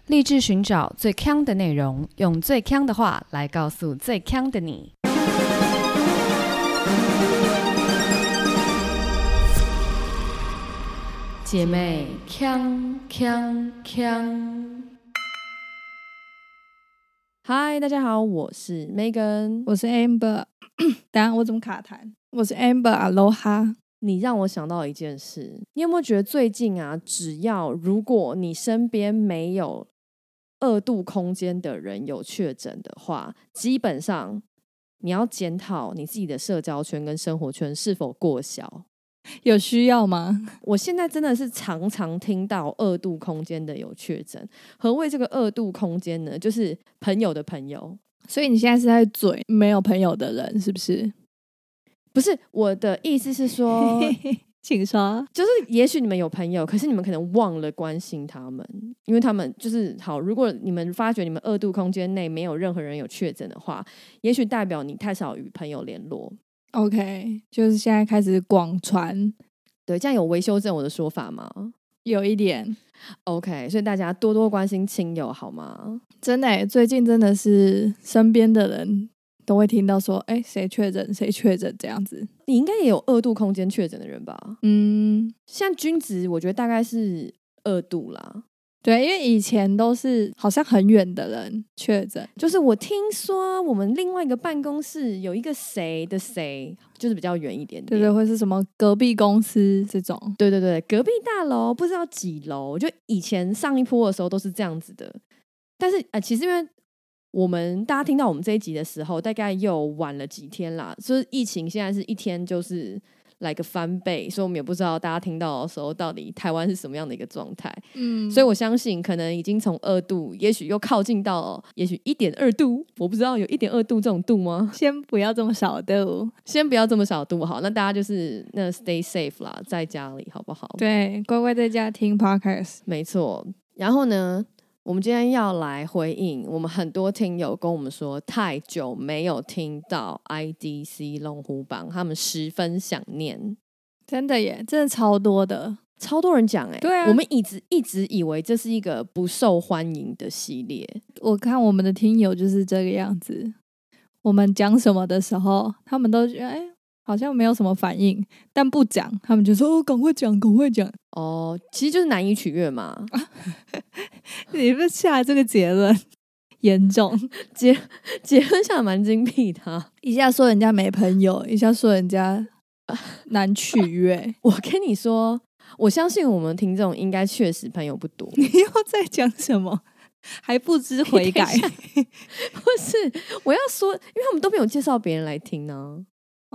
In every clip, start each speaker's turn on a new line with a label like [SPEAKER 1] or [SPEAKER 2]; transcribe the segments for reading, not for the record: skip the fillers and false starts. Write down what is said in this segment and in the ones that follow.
[SPEAKER 1] 立志寻找最强的内容，用最强的话来告诉最强的你。姐妹，强强强！
[SPEAKER 2] 嗨，大家好，我是 Megan，
[SPEAKER 3] 我是 Amber。等一下我怎么卡痰？我是 Amber Aloha。
[SPEAKER 2] 你让我想到一件事，你有没有觉得最近啊，如果你身边没有2度空间的人有确诊的话，基本上你要检讨你自己的社交圈跟生活圈是否过小。
[SPEAKER 3] 有需要吗？
[SPEAKER 2] 我现在真的是常常听到2度空间的有确诊。何谓这个2度空间呢？就是朋友的朋友。
[SPEAKER 3] 所以你现在是在嘴没有朋友的人，是不是？
[SPEAKER 2] 不是，我的意思是说
[SPEAKER 3] 请说。
[SPEAKER 2] 就是也许你们有朋友，可是你们可能忘了关心他们，因为他们就是好。如果你们发觉你们2度空间内没有任何人有确诊的话，也许代表你太少与朋友联络。
[SPEAKER 3] OK， 就是现在开始广传。
[SPEAKER 2] 对，这样有维修正我的说法吗？
[SPEAKER 3] 有一点。
[SPEAKER 2] OK， 所以大家多多关心亲友好吗？
[SPEAKER 3] 真的耶，最近真的是身边的人都会听到说，谁确诊谁确诊这样子。
[SPEAKER 2] 你应该也有2度空间确诊的人吧？现在均值我觉得大概是2度啦。
[SPEAKER 3] 对，因为以前都是好像很远的人确诊，
[SPEAKER 2] 就是我听说我们另外一个办公室有一个谁的谁，就是比较远一点点，
[SPEAKER 3] 对对，会是什么隔壁公司这种，
[SPEAKER 2] 对对对，隔壁大楼不知道几楼，就以前上一波的时候都是这样子的。但是其实因为我们大家听到我们这一集的时候，大概又晚了几天啦，就是疫情现在是一天就是来个翻倍，所以我们也不知道大家听到的时候到底台湾是什么样的一个状态。所以我相信可能已经从2度也许又靠近到也许 1.2 度，我不知道有 1.2 度这种度吗？
[SPEAKER 3] 先不要这么少度，
[SPEAKER 2] 先不要这么少度好，那大家就是那 stay safe 啦，在家里好不好？
[SPEAKER 3] 对，乖乖在家听 podcast。
[SPEAKER 2] 没错。然后呢，我们今天要来回应我们很多听友跟我们说太久没有听到 IDC 龙虎榜，他们十分想念。
[SPEAKER 3] 真的耶，真的超多的，
[SPEAKER 2] 超多人讲
[SPEAKER 3] 对啊，
[SPEAKER 2] 我们一直以为这是一个不受欢迎的系列。
[SPEAKER 3] 我看我们的听友就是这个样子，我们讲什么的时候他们都觉得好像没有什么反应，但不讲他们就说赶快讲赶快讲。
[SPEAKER 2] 其实就是难以取悦嘛。
[SPEAKER 3] 你不是下这个结论严重，
[SPEAKER 2] 结论下蛮精辟的
[SPEAKER 3] 一下说人家没朋友，一下说人家难取悦。
[SPEAKER 2] 我跟你说，我相信我们听众应该确实朋友不多。
[SPEAKER 3] 你又在讲什么？还不知悔改？
[SPEAKER 2] 不是，我要说，因为他们都没有介绍别人来听呢。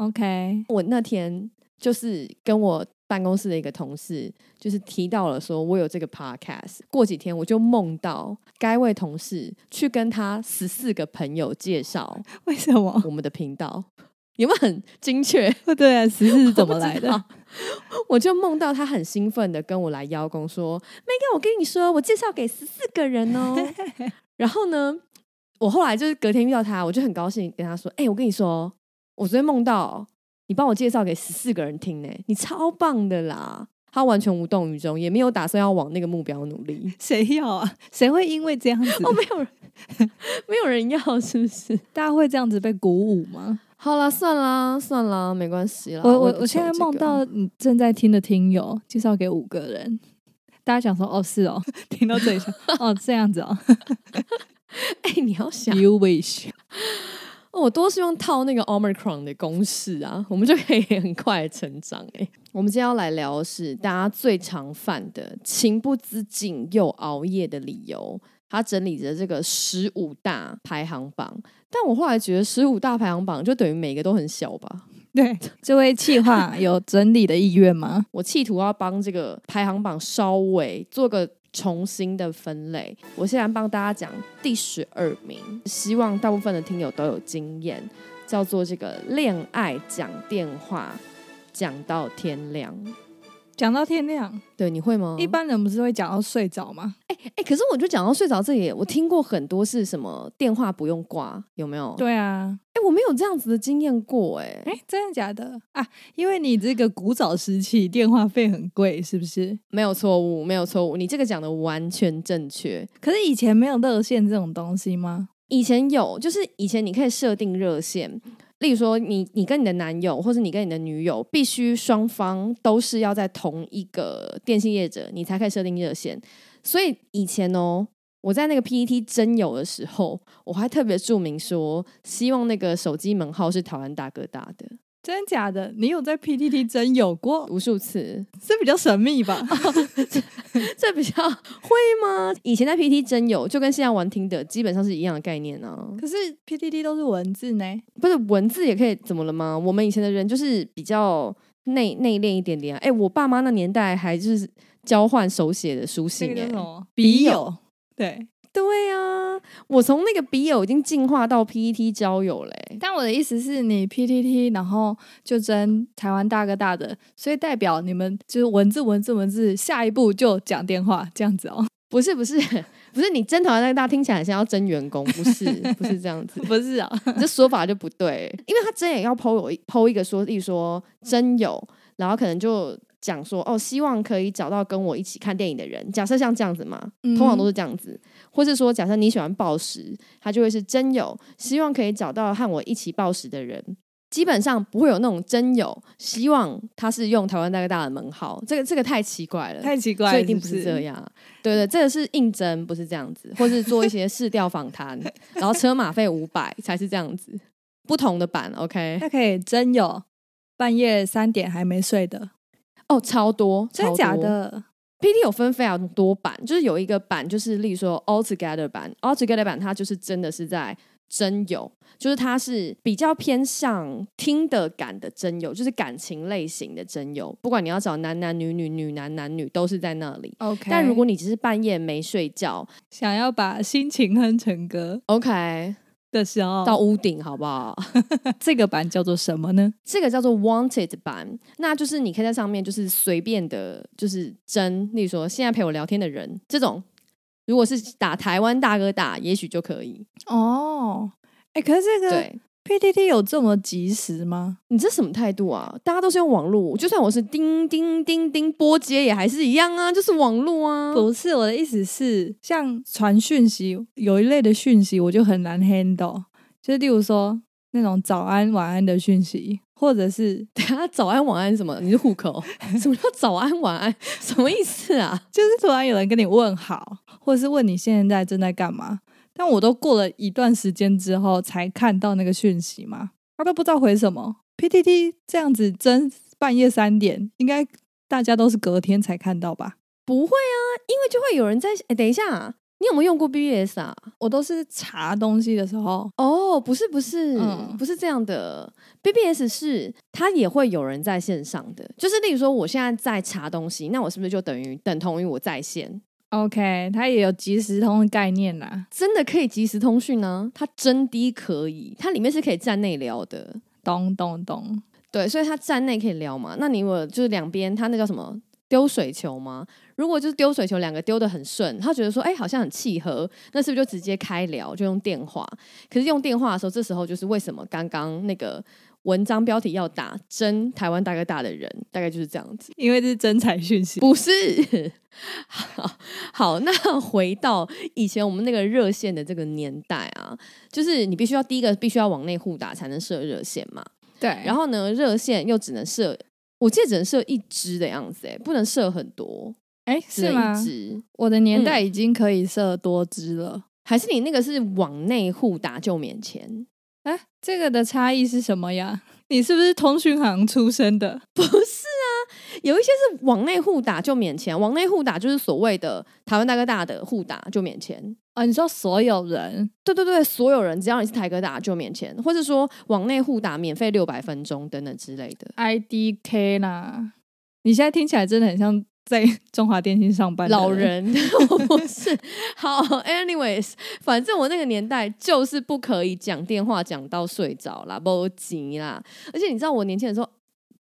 [SPEAKER 3] OK，
[SPEAKER 2] 我那天就是跟我办公室的一个同事，就是提到了说我有这个 podcast。过几天我就梦到该位同事去跟他14个朋友介绍，
[SPEAKER 3] 为什么
[SPEAKER 2] 我们的频道？有没有很精确？
[SPEAKER 3] 对啊，14是怎么来的？
[SPEAKER 2] 我就梦到他很兴奋的跟我来邀功说，Megan，我跟你说，我介绍给14个人哦。然后呢，我后来就是隔天遇到他，我就很高兴跟他说，我跟你说，我昨天梦到你帮我介绍给14个人听呢，你超棒的啦。他完全无动于衷，也没有打算要往那个目标努力。
[SPEAKER 3] 谁要啊？谁会因为这样子？
[SPEAKER 2] 没有人要，是不是？
[SPEAKER 3] 大家会这样子被鼓舞吗？
[SPEAKER 2] 好啦，算啦，没关系啦。
[SPEAKER 3] 我现在梦到你正在听的听友介绍给5个人，大家想说是哦，听到这里想这样子哦。
[SPEAKER 2] 你要想
[SPEAKER 3] You wish。
[SPEAKER 2] 我多希望套那个 Omicron 的公式啊，我们就可以很快的成长。我们今天要来聊的是大家最常犯的情不自禁又熬夜的理由。他整理着这个15大排行榜，但我后来觉得15大排行榜就等于每个都很小吧。
[SPEAKER 3] 对，这位企划有整理的意愿吗？
[SPEAKER 2] 我企图要帮这个排行榜稍微做个重新的分类。我现在帮大家讲第12名，希望大部分的听友都有经验，叫做这个恋爱讲电话讲到天亮。
[SPEAKER 3] 讲到天亮，
[SPEAKER 2] 对，你会吗？
[SPEAKER 3] 一般人不是会讲到睡着吗？
[SPEAKER 2] 可是我就讲到睡着这里，我听过很多是什么电话不用挂，有没有？
[SPEAKER 3] 对啊，
[SPEAKER 2] 我没有这样子的经验过，
[SPEAKER 3] 真的假的啊？因为你这个古早时期电话费很贵，是不是？
[SPEAKER 2] 没有错误，没有错误，你这个讲的完全正确。
[SPEAKER 3] 可是以前没有热线这种东西吗？
[SPEAKER 2] 以前有，就是以前你可以设定热线。例如说你跟你的男友或者你跟你的女友必须双方都是要在同一个电信业者你才可以设定热线，所以以前我在那个 PTT 征友的时候，我还特别注明说希望那个手机门号是台湾大哥大的。
[SPEAKER 3] 真的假的？你有在 PTT 真有过？
[SPEAKER 2] 无数次。
[SPEAKER 3] 这比较神秘吧？
[SPEAKER 2] 这比较会吗？以前在 PTT 真有就跟现在玩听的基本上是一样的概念啊。
[SPEAKER 3] 可是 PTT 都是文字呢。
[SPEAKER 2] 不是文字也可以，怎么了吗？我们以前的人就是比较内敛一点点啊。我爸妈那年代还就是交换手写的书信，
[SPEAKER 3] 那个叫什么笔友？
[SPEAKER 2] 对啊，我从那个笔友已经进化到 PTT 交友嘞。
[SPEAKER 3] 但我的意思是你 PTT 然后就争台湾大哥大的，所以代表你们就是文字，下一步就讲电话这样子哦。
[SPEAKER 2] 不是，你争台湾大哥大听起来像要争员工，不是这样子，
[SPEAKER 3] 不是啊，
[SPEAKER 2] 这说法就不对，因为他真也要 po 一个说，例如说真友，然后可能就讲说希望可以找到跟我一起看电影的人，假设像这样子嘛，通常都是这样子，或是说假设你喜欢暴食，他就会是真友，希望可以找到和我一起暴食的人。基本上不会有那种真友希望他是用台湾大哥大的门号，这个太奇怪了，
[SPEAKER 3] 太奇怪了，
[SPEAKER 2] 所以一定不是这样。对，这个是应征，不是这样子，或是做一些市调访谈，然后车马费500才是这样子，不同的版。OK，
[SPEAKER 3] 那可以真有半夜3点还没睡的
[SPEAKER 2] 超多，
[SPEAKER 3] 真的假的
[SPEAKER 2] ？PT 有分非常多版，就是有一个版就是例如说 All Together 版它就是真的是在真友，就是它是比较偏向听的感的真友，就是感情类型的真友，不管你要找男男女女、女男男女都是在那里。
[SPEAKER 3] OK，
[SPEAKER 2] 但如果你只是半夜没睡觉，
[SPEAKER 3] 想要把心情哼成歌
[SPEAKER 2] OK
[SPEAKER 3] 的时候，
[SPEAKER 2] 到屋顶好不好？
[SPEAKER 3] 这个版叫做什么呢？
[SPEAKER 2] 这个叫做 Wanted 版，那就是你可以在上面就是随便的就是真，例如说现在陪我聊天的人这种，如果是打台湾大哥大也许就可以
[SPEAKER 3] 哦。可是这个
[SPEAKER 2] 对
[SPEAKER 3] PTT 有这么及时吗？
[SPEAKER 2] 你这什么态度啊？大家都是用网络，就算我是叮叮叮叮拨接也还是一样啊，就是网络啊。
[SPEAKER 3] 不是，我的意思是像传讯息有一类的讯息我就很难 handle， 就是例如说那种早安晚安的讯息，或者是
[SPEAKER 2] 等下早安晚安什么？你是户口？什么叫早安晚安？什么意思啊？
[SPEAKER 3] 就是突然有人跟你问好，或者是问你现在正在干嘛，但我都过了一段时间之后才看到那个讯息嘛，他都不知道回什么。PTT 这样子真半夜3点，应该大家都是隔天才看到吧？
[SPEAKER 2] 不会啊，因为就会有人在等一下，你有没有用过 BBS 啊？
[SPEAKER 3] 我都是查东西的时候。
[SPEAKER 2] 不是，不是这样的。BBS 是它也会有人在线上的，就是例如说我现在在查东西，那我是不是就等同于我在线？
[SPEAKER 3] OK， 它也有即时通的概念啦，
[SPEAKER 2] 真的可以即时通讯呢？它真的可以，它里面是可以站内聊的。
[SPEAKER 3] 懂。
[SPEAKER 2] 对，所以它站内可以聊嘛。那你有就是两边，它那叫什么丢水球吗？如果就是丢水球，两个丢得很顺，他觉得说好像很契合，那是不是就直接开聊，就用电话？可是用电话的时候，这时候就是为什么刚刚那个文章标题要打真台湾大哥大的人，大概就是这样子。
[SPEAKER 3] 因为这是真材讯息，
[SPEAKER 2] 不是。好，那回到以前我们那个热线的这个年代啊，就是你第一个必须要往内互打才能设热线嘛。
[SPEAKER 3] 对，
[SPEAKER 2] 然后呢，热线又只能设，我记得只能设1支的样子，不能设很多。
[SPEAKER 3] 是吗？
[SPEAKER 2] 1支，
[SPEAKER 3] 我的年代已经可以设多支了。
[SPEAKER 2] 还是你那个是往内互打就免钱？
[SPEAKER 3] 这个的差异是什么呀？你是不是通讯行出身的？
[SPEAKER 2] 不是啊，有一些是往内互打就免钱，往内互打就是所谓的台湾大哥大的互打就免钱。
[SPEAKER 3] 你说所有人？
[SPEAKER 2] 对，所有人只要你是台哥大就免钱，或者说往内互打免费600分钟等等之类的。
[SPEAKER 3] IDK 啦，你现在听起来真的很像在中华电信上班的
[SPEAKER 2] 老人。我不是。好 anyways， 反正我那个年代就是不可以讲电话讲到睡着啦，没钱啦。而且你知道我年轻的时候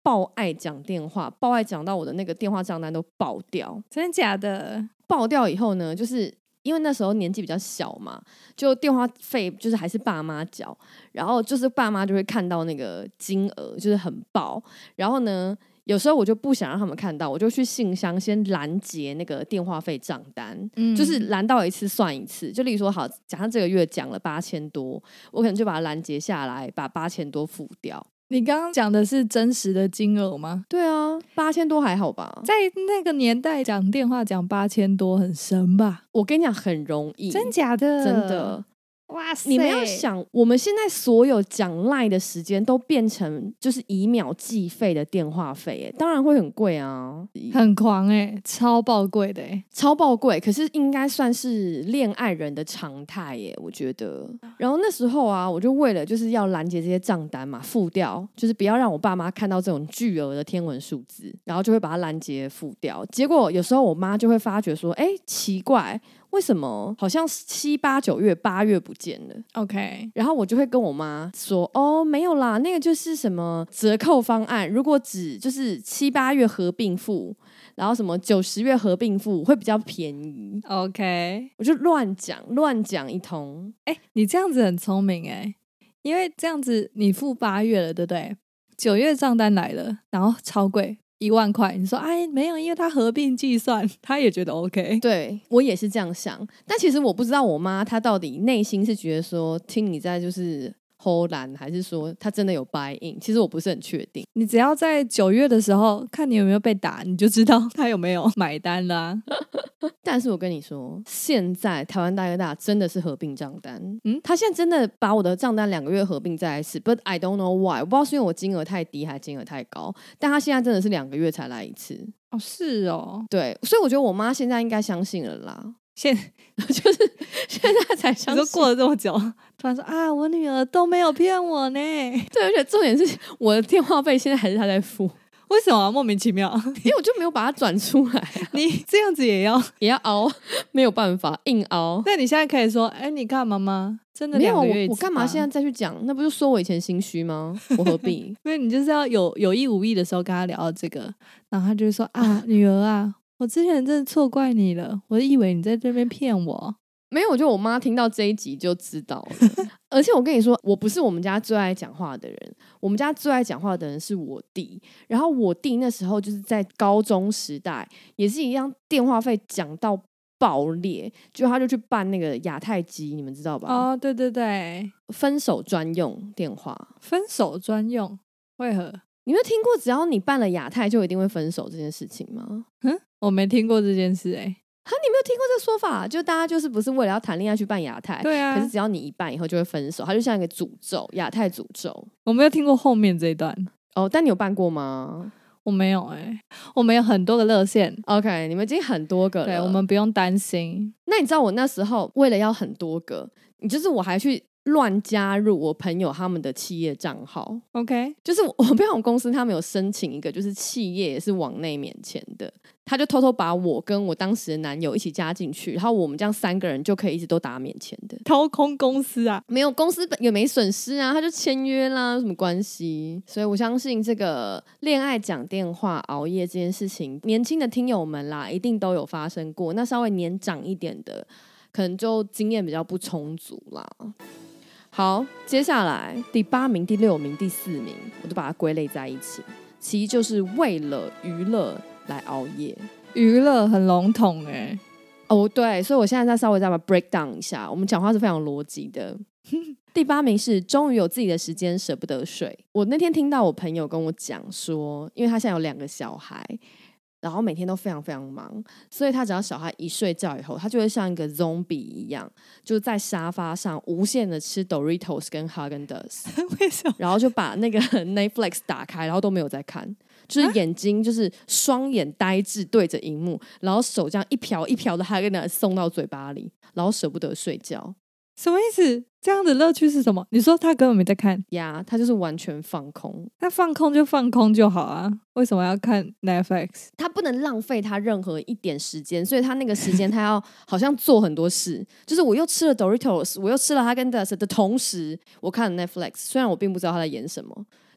[SPEAKER 2] 爆爱讲电话，爆爱讲到我的那个电话账单都爆掉。
[SPEAKER 3] 真的假的？
[SPEAKER 2] 爆掉以后呢，就是因为那时候年纪比较小嘛，就电话费就是还是爸妈缴，然后就是爸妈就会看到那个金额就是很爆，然后呢有时候我就不想让他们看到，我就去信箱先拦截那个电话费账单，就是拦到一次算一次。就例如说，好，假设这个月讲了8000多，我可能就把它拦截下来，把8000多付掉。
[SPEAKER 3] 你刚刚讲的是真实的金额吗？
[SPEAKER 2] 对啊，8000多还好吧？
[SPEAKER 3] 在那个年代讲电话讲8000多很神吧？
[SPEAKER 2] 我跟你讲，很容易，
[SPEAKER 3] 真假的？
[SPEAKER 2] 真的。
[SPEAKER 3] 哇塞！
[SPEAKER 2] 你们要想，我们现在所有讲 LINE 的时间都变成就是以秒计费的电话费，当然会很贵啊，
[SPEAKER 3] 很狂超爆贵的
[SPEAKER 2] 超爆贵。可是应该算是恋爱人的常态耶，我觉得。然后那时候啊，我就为了就是要拦截这些账单嘛，付掉，就是不要让我爸妈看到这种巨额的天文数字，然后就会把它拦截付掉。结果有时候我妈就会发觉说，奇怪。为什么好像7、8、9月8月不见了
[SPEAKER 3] ？OK，
[SPEAKER 2] 然后我就会跟我妈说，没有啦，那个就是什么折扣方案，如果只就是7、8月合并付，然后什么9、10月合并付会比较便宜。
[SPEAKER 3] OK，
[SPEAKER 2] 我就乱讲一通。
[SPEAKER 3] 你这样子很聪明因为这样子你付8月了，对不对？9月账单来了，然后超贵。1万块，你说没有，因为他合并计算，他也觉得 OK。
[SPEAKER 2] 对，我也是这样想，但其实我不知道我妈她到底内心是觉得说听你在就是偷懒，还是说她真的有 buy in， 其实我不是很确定。
[SPEAKER 3] 你只要在9月的时候看你有没有被打，你就知道他有没有买单啦。
[SPEAKER 2] 但是我跟你说，现在台湾大哥大真的是合并账单，他现在真的把我的账单2个月合并在一起 ，But I don't know why， 我不知道是因为我金额太低还是金额太高，但他现在真的是2个月才来一次。
[SPEAKER 3] 哦，是哦，
[SPEAKER 2] 对，所以我觉得我妈现在应该相信了啦。
[SPEAKER 3] 就是
[SPEAKER 2] 现在才相信，
[SPEAKER 3] 你说过了这么久，突然说我女儿都没有骗我呢。
[SPEAKER 2] 对，而且重点是我的电话费现在还是她在付。
[SPEAKER 3] 为什么莫名其妙？
[SPEAKER 2] 因为我就没有把它转出来
[SPEAKER 3] 你这样子也要
[SPEAKER 2] 熬，没有办法硬熬。
[SPEAKER 3] 那你现在可以说，你看妈妈真的
[SPEAKER 2] 没有
[SPEAKER 3] 2个月一次
[SPEAKER 2] 我干嘛现在再去讲？那不就说我以前心虚吗？我何必？
[SPEAKER 3] 因为你就是要有意无意的时候跟他聊到这个，然后他就会说女儿啊，我之前真的错怪你了，我以为你在这边骗我。
[SPEAKER 2] 没有，我觉得我妈听到这一集就知道了。而且我跟你说，我不是我们家最爱讲话的人，我们家最爱讲话的人是我弟。然后我弟那时候就是在高中时代，也是一样，电话费讲到爆裂，就他就去办那个亚太机，你们知道吧？
[SPEAKER 3] 哦，对对对，
[SPEAKER 2] 分手专用电话，
[SPEAKER 3] 分手专用，为何？
[SPEAKER 2] 你有听过只要你办了亚太就一定会分手这件事情吗？
[SPEAKER 3] 我没听过这件事
[SPEAKER 2] 你没有听过这说法？就大家就是不是为了要谈恋爱去办亚太？
[SPEAKER 3] 对啊，
[SPEAKER 2] 可是只要你一办以后就会分手，它就像一个诅咒，亚太诅咒。
[SPEAKER 3] 我没有听过后面这一段
[SPEAKER 2] 但你有办过吗？
[SPEAKER 3] 我没有我们有很多个热线。
[SPEAKER 2] OK， 你们已经很多个了，
[SPEAKER 3] 对，我们不用担心。
[SPEAKER 2] 那你知道我那时候为了要很多个，就是我还去乱加入我朋友他们的企业账号。
[SPEAKER 3] OK，
[SPEAKER 2] 就是我朋友公司他们有申请一个就是企业也是往内免钱的，他就偷偷把我跟我当时的男友一起加进去，然后我们这样3个人就可以一直都打免钱的。
[SPEAKER 3] 掏空公司啊？
[SPEAKER 2] 没有，公司也没损失啊，他就签约啦，有什么关系？所以我相信这个恋爱讲电话熬夜这件事情，年轻的听友们啦一定都有发生过，那稍微年长一点的可能就经验比较不充足啦。好，接下来第8名、第6名、第4名，我都把它归类在一起，其实就是为了娱乐来熬夜。
[SPEAKER 3] 娱乐很笼统
[SPEAKER 2] 对，所以我现在稍微再把它 break down 一下，我们讲话是非常有逻辑的。第8名是终于有自己的时间，舍不得睡。我那天听到我朋友跟我讲说，因为他现在有2个小孩，然后每天都非常非常忙，所以他只要小孩一睡觉以后，他就会像一个 zombie 一样，就在沙发上无限的吃 Doritos 跟 Häagen-Dazs
[SPEAKER 3] 为什么？
[SPEAKER 2] 然后就把那个 Netflix 打开，然后都没有在看，就是眼睛就是双眼呆滞对着荧幕，然后手这样一瓢一瓢的 Häagen-Dazs 送到嘴巴里，然后舍不得睡觉。
[SPEAKER 3] 什么意思？这样的乐趣是什么？你说他根本没在看
[SPEAKER 2] 呀，他就是完全放空。
[SPEAKER 3] 他放空就放空就好啊，为什么要看 Netflix？
[SPEAKER 2] 他不能浪费他任何一点时间，所以他那个时间他要好像做很多事，就是我又吃了 Doritos， 我又吃了Häagen-Dazs的同时，我看了 Netflix。虽然我并不知道他在演什么，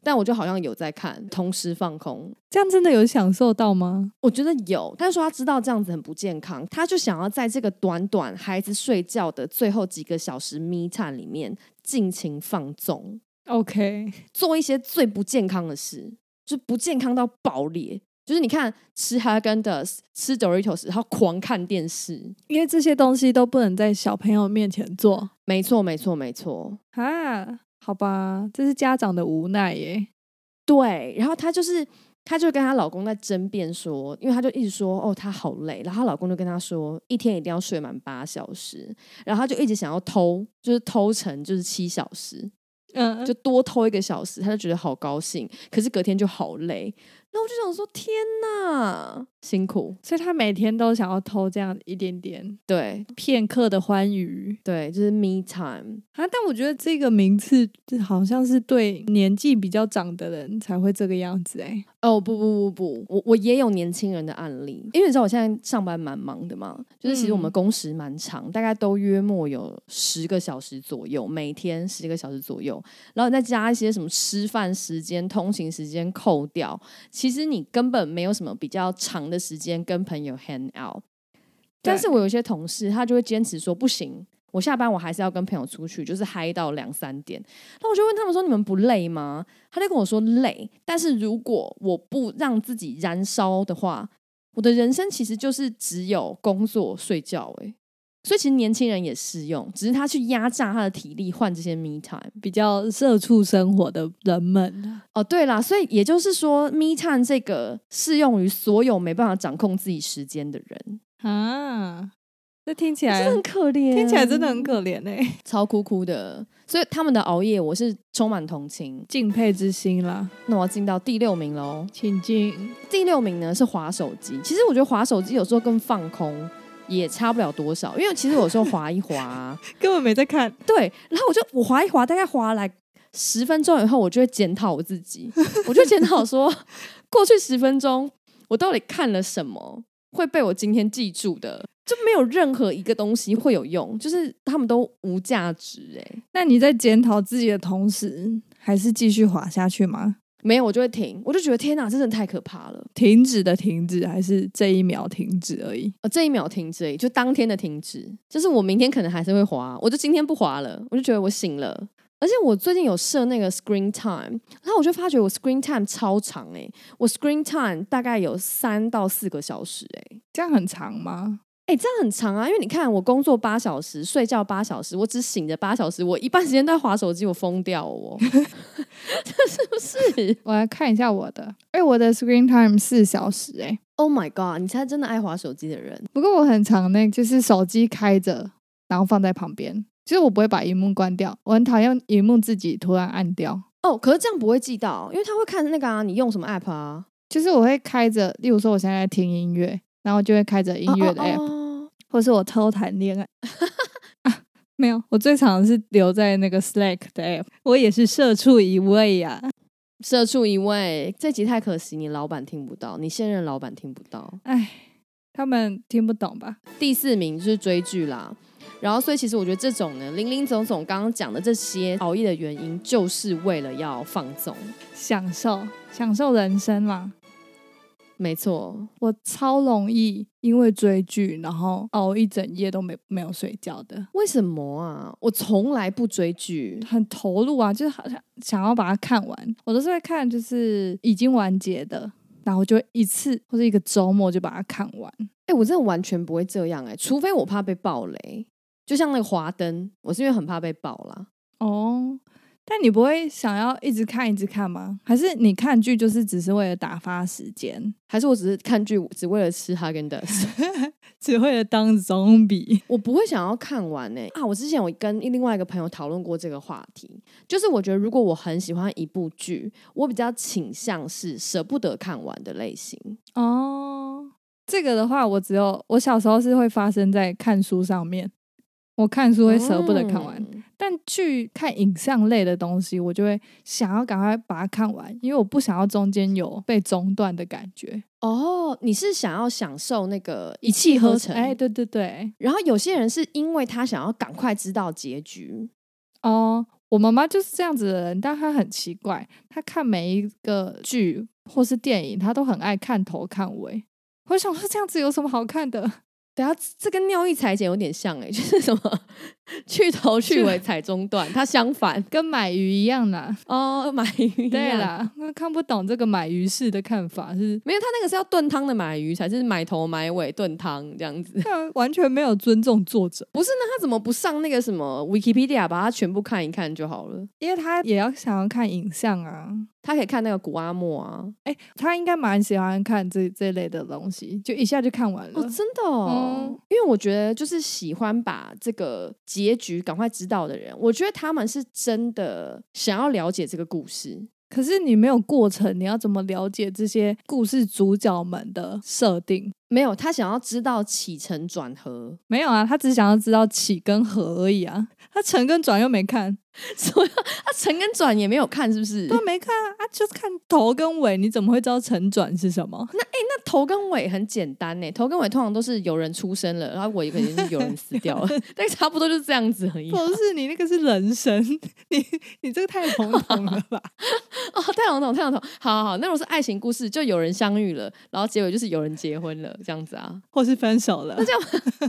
[SPEAKER 2] 但我就好像有在看，同时放空。
[SPEAKER 3] 这样真的有享受到吗？
[SPEAKER 2] 我觉得有，他就说他知道这样子很不健康，他就想要在这个短短孩子睡觉的最后几个小时 me time 里面尽情放纵
[SPEAKER 3] OK，
[SPEAKER 2] 做一些最不健康的事，就是不健康到爆裂。就是你看吃 Häagen-Dazs 吃 Doritos 然后狂看电视，
[SPEAKER 3] 因为这些东西都不能在小朋友面前做。
[SPEAKER 2] 没错没错没错
[SPEAKER 3] 啊，好吧，这是家长的无奈耶。
[SPEAKER 2] 对，然后她就跟她老公在争辩说，因为她就一直说哦她好累，然后她老公就跟她说一天一定要睡满8小时，然后她就一直想要就是偷成就是7小时，就多偷1个小时，她就觉得好高兴，可是隔天就好累，然后我就想说天哪，辛苦，
[SPEAKER 3] 所以他每天都想要偷这样一点点
[SPEAKER 2] 对
[SPEAKER 3] 片刻的欢愉
[SPEAKER 2] 对，就是 me time
[SPEAKER 3] 啊。但我觉得这个名次好像是对年纪比较长的人才会这个样子哎。
[SPEAKER 2] 哦不，我也有年轻人的案例，因为你知道我现在上班蛮忙的嘛，就是其实我们工时蛮长，大概都约莫有10个小时左右，每天10个小时左右，然后你再加一些什么吃饭时间、通勤时间扣掉，其实你根本没有什么比较长的时间跟朋友 hang out。但是我有一些同事，他就会坚持说不行，我下班我还是要跟朋友出去，就是嗨到2-3点。那我就问他们说：“你们不累吗？”他就跟我说累，但是如果我不让自己燃烧的话，我的人生其实就是只有工作、睡觉。所以其实年轻人也适用，只是他去压榨他的体力换这些 me time。
[SPEAKER 3] 比较社畜生活的人们
[SPEAKER 2] 哦，对啦，所以也就是说 me time 这个适用于所有没办法掌控自己时间的人
[SPEAKER 3] 啊。这听起来
[SPEAKER 2] 真的很可怜，
[SPEAKER 3] 听起来真的很可怜哎，
[SPEAKER 2] 超哭哭的。所以他们的熬夜，我是充满同情、
[SPEAKER 3] 敬佩之心啦。
[SPEAKER 2] 那我要进到第6名喽，
[SPEAKER 3] 请进。
[SPEAKER 2] 第6名呢是滑手机。其实我觉得滑手机有时候跟放空也差不了多少，因为其实有时候滑一滑
[SPEAKER 3] 根本没在看。
[SPEAKER 2] 对，然后我滑一滑，大概滑来10分钟以后，我就会检讨我自己，我就检讨说过去10分钟我到底看了什么会被我今天记住的，就没有任何一个东西会有用，就是他们都无价值。
[SPEAKER 3] 那你在检讨自己的同时还是继续滑下去吗？
[SPEAKER 2] 没有，我就会停，我就觉得天哪，真的太可怕了。
[SPEAKER 3] 停止的停止还是这一秒停止而已？
[SPEAKER 2] 这一秒停止而已，就当天的停止，就是我明天可能还是会滑，我就今天不滑了，我就觉得我醒了。而且我最近有设那个 screen time， 然后我就发觉我 screen time 超长我 screen time 大概有3到4个小时
[SPEAKER 3] 这样很长吗？
[SPEAKER 2] 这样很长啊，因为你看我工作8小时，睡觉8小时，我只醒着8小时，我一半时间都在滑手机，我疯掉这是不是？
[SPEAKER 3] 我来看一下我的，我的 screen time 4小时
[SPEAKER 2] Oh my god， 你才真的爱滑手机的人。
[SPEAKER 3] 不过我很常就是手机开着，然后放在旁边，其实我不会把荧幕关掉，我很讨厌荧幕自己突然按掉。
[SPEAKER 2] 可是这样不会记到，因为他会看那个你用什么 app 啊？
[SPEAKER 3] 就是我会开着，例如说我现在在听音乐，然后就会开着音乐的 app，或是我偷谈恋爱没有，我最常是留在那个 Slack 的 app。我也是社畜一位呀，
[SPEAKER 2] 社畜一位。这集太可惜，你老板听不到，你现任老板听不到。
[SPEAKER 3] 他们听不懂吧？
[SPEAKER 2] 第4名就是追剧啦。然后，所以其实我觉得这种呢，林林总总刚刚讲的这些熬夜的原因，就是为了要放纵、
[SPEAKER 3] 享受人生嘛。
[SPEAKER 2] 没错，
[SPEAKER 3] 我超容易因为追剧，然后熬一整夜都没有睡觉的。
[SPEAKER 2] 为什么啊？我从来不追剧，
[SPEAKER 3] 很投入啊，就是好像想要把它看完。我都是会看就是已经完结的，然后就一次或者一个周末就把它看完。
[SPEAKER 2] 我真的完全不会这样除非我怕被爆雷。就像那个华灯，我是因为很怕被爆啦。
[SPEAKER 3] 但你不会想要一直看吗？还是你看剧就是只是为了打发时间？
[SPEAKER 2] 还是我只是看剧只为了吃 Häagen-Dazs
[SPEAKER 3] 只为了当 zombie？
[SPEAKER 2] 我不会想要看完我之前有跟另外一个朋友讨论过这个话题，就是我觉得如果我很喜欢一部剧，我比较倾向是舍不得看完的类型。
[SPEAKER 3] 这个的话我小时候是会发生在看书上面，我看书会舍不得看完，但去看影像类的东西我就会想要赶快把它看完，因为我不想要中间有被中断的感觉。
[SPEAKER 2] 你是想要享受那个一气呵成？
[SPEAKER 3] 对。
[SPEAKER 2] 然后有些人是因为他想要赶快知道结局。
[SPEAKER 3] 我妈妈就是这样子的人，但她很奇怪，她看每一个剧或是电影，她都很爱看头看尾。我想说这样子有什么好看的？
[SPEAKER 2] 对啊，这跟尿液裁剪有点像就是什么去头去尾裁中段，它相反
[SPEAKER 3] 跟买鱼一样啦。
[SPEAKER 2] 哦，买鱼一样
[SPEAKER 3] 对啦，看不懂这个买鱼式的看法是
[SPEAKER 2] 没有，他那个是要炖汤的买鱼，才是买头买尾炖汤这样子。
[SPEAKER 3] 完全没有尊重作者。
[SPEAKER 2] 不是，那他怎么不上那个什么 Wikipedia 把它全部看一看就好了？
[SPEAKER 3] 因为他也要想要看影像啊。
[SPEAKER 2] 他可以看那个古阿莫啊。
[SPEAKER 3] 他应该蛮喜欢看这类的东西，就一下就看完了。
[SPEAKER 2] 哦，真的哦。因为我觉得就是喜欢把这个结局赶快知道的人，我觉得他们是真的想要了解这个故事。
[SPEAKER 3] 可是你没有过程，你要怎么了解这些故事主角们的设定？
[SPEAKER 2] 没有，他想要知道起承转合。
[SPEAKER 3] 没有啊，他只想要知道起跟合而已啊。他承跟转又没看，
[SPEAKER 2] 所以他承跟转也没有看，是不是？
[SPEAKER 3] 对，没看啊，就是看头跟尾，你怎么会知道承转是什么？
[SPEAKER 2] 那头跟尾很简单呢，头跟尾通常都是有人出生了，然后尾可能是有人死掉了，但差不多就是这样子而已。
[SPEAKER 3] 不是，你那个是人生，你这个太笼统了吧？
[SPEAKER 2] 哦，太笼统，太笼统。好，那如果是爱情故事，就有人相遇了，然后结尾就是有人结婚了，这样子啊，
[SPEAKER 3] 或是分手了。
[SPEAKER 2] 那这样，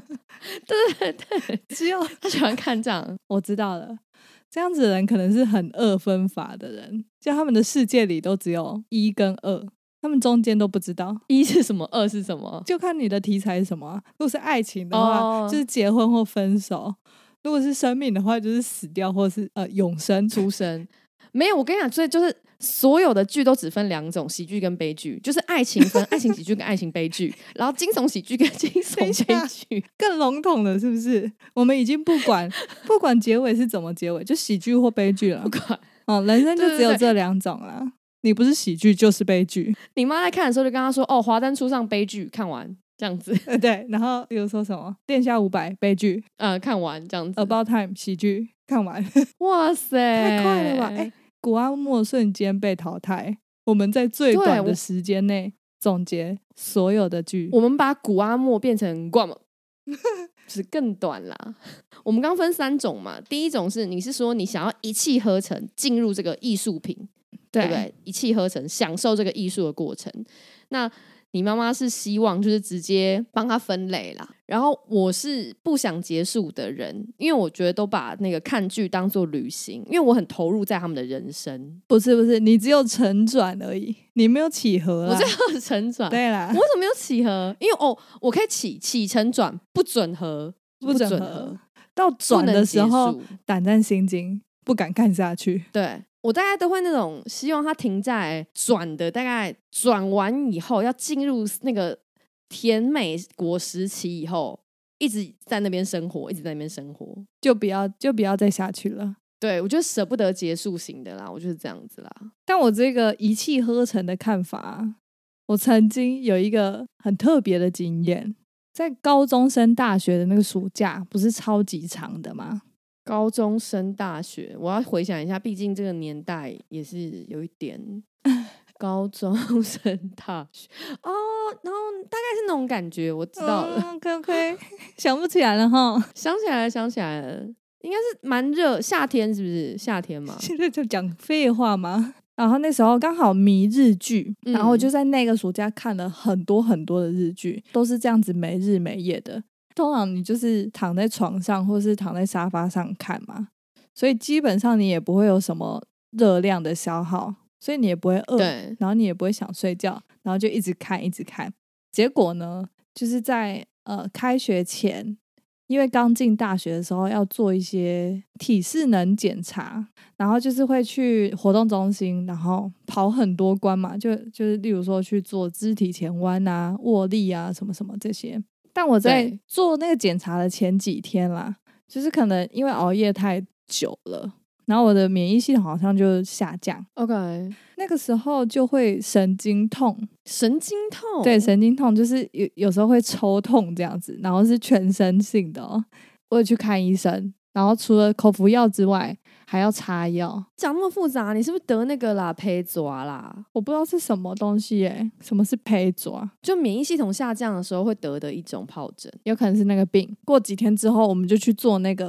[SPEAKER 2] 对，
[SPEAKER 3] 只有
[SPEAKER 2] 他喜欢看这样。
[SPEAKER 3] 我知道了，这样子的人可能是很二分法的人，就他们的世界里都只有一跟二，他们中间都不知道
[SPEAKER 2] 一是什么，二是什么，
[SPEAKER 3] 就看你的题材是什么啊。如果是爱情的话，就是结婚或分手；如果是生命的话，就是死掉或是永生
[SPEAKER 2] 出生。没有，我跟你讲，所以就是所有的剧都只分两种，喜剧跟悲剧，就是爱情分爱情喜剧跟爱情悲剧，然后惊悚喜剧跟惊悚悲剧，
[SPEAKER 3] 更笼统了，是不是？我们已经不管结尾是怎么结尾，就喜剧或悲剧了。
[SPEAKER 2] 不管
[SPEAKER 3] 哦，人生就只有这两种啦。你不是喜剧就是悲剧。
[SPEAKER 2] 你妈在看的时候就跟她说：“哦，华灯初上悲剧看完这样子。”
[SPEAKER 3] 对，然后比如说什么殿下500悲剧，
[SPEAKER 2] 看完这样子。
[SPEAKER 3] About Time 喜剧看完。
[SPEAKER 2] 哇塞，
[SPEAKER 3] 太快了吧！古阿莫瞬间被淘汰，我们在最短的时间内总结所有的剧。
[SPEAKER 2] 我们把古阿莫变成古阿莫，就是更短啦。我们刚分3种嘛，第一种是你是说你想要一气呵成进入这个艺术品，对不对？一气呵成享受这个艺术的过程。那你妈妈是希望就是直接帮他分类啦，然后我是不想结束的人，因为我觉得都把那个看剧当作旅行，因为我很投入在他们的人生。
[SPEAKER 3] 不是，你只有承转而已，你没有起合啦。
[SPEAKER 2] 我只有承转。
[SPEAKER 3] 对啦，
[SPEAKER 2] 我为什么没有起合？因为我可以起承转，不准合，不准合。
[SPEAKER 3] 到转的时候胆战心惊，不敢看下去。
[SPEAKER 2] 对，我大概都会那种希望它停在转的，大概转完以后要进入那个甜美果实期以后，一直在那边生活，就不
[SPEAKER 3] 要再下去了。
[SPEAKER 2] 对，我觉得舍不得结束型的啦，我就是这样子啦。
[SPEAKER 3] 但我这个一气呵成的看法，我曾经有一个很特别的经验，在高中升大学的那个暑假，不是超级长的吗？
[SPEAKER 2] 高中升大学，我要回想一下，毕竟这个年代也是有一点。高中升大学哦，然后大概是那种感觉，我知道了。
[SPEAKER 3] OK， 想不起来了哈。
[SPEAKER 2] 想起来了，应该是蛮热，夏天是不是？夏天嘛。
[SPEAKER 3] 现在就讲废话吗？然后那时候刚好迷日剧，然后就在那个暑假看了很多很多的日剧，都是这样子没日没夜的。通常你就是躺在床上或是躺在沙发上看嘛，所以基本上你也不会有什么热量的消耗，所以你也不会饿，
[SPEAKER 2] 对，
[SPEAKER 3] 然后你也不会想睡觉，然后就一直看。结果呢，就是在开学前，因为刚进大学的时候要做一些体适能检查，然后就是会去活动中心，然后跑很多关嘛，就是例如说去做肢体前弯啊、握力啊什么什么这些。但我在做那个检查的前几天啦，就是可能因为熬夜太久了，然后我的免疫系统好像就下降。
[SPEAKER 2] OK，
[SPEAKER 3] 那个时候就会神经痛。对，神经痛就是有时候会抽痛这样子，然后是全身性的哦。我有去看医生，然后除了口服药之外，还要擦药。
[SPEAKER 2] 讲那么复杂，你是不是得那个啦？胚爪啦？
[SPEAKER 3] 我不知道是什么东西耶。什么是胚爪？
[SPEAKER 2] 就免疫系统下降的时候会得的一种疱疹，
[SPEAKER 3] 有可能是那个病。过几天之后，我们就去做那个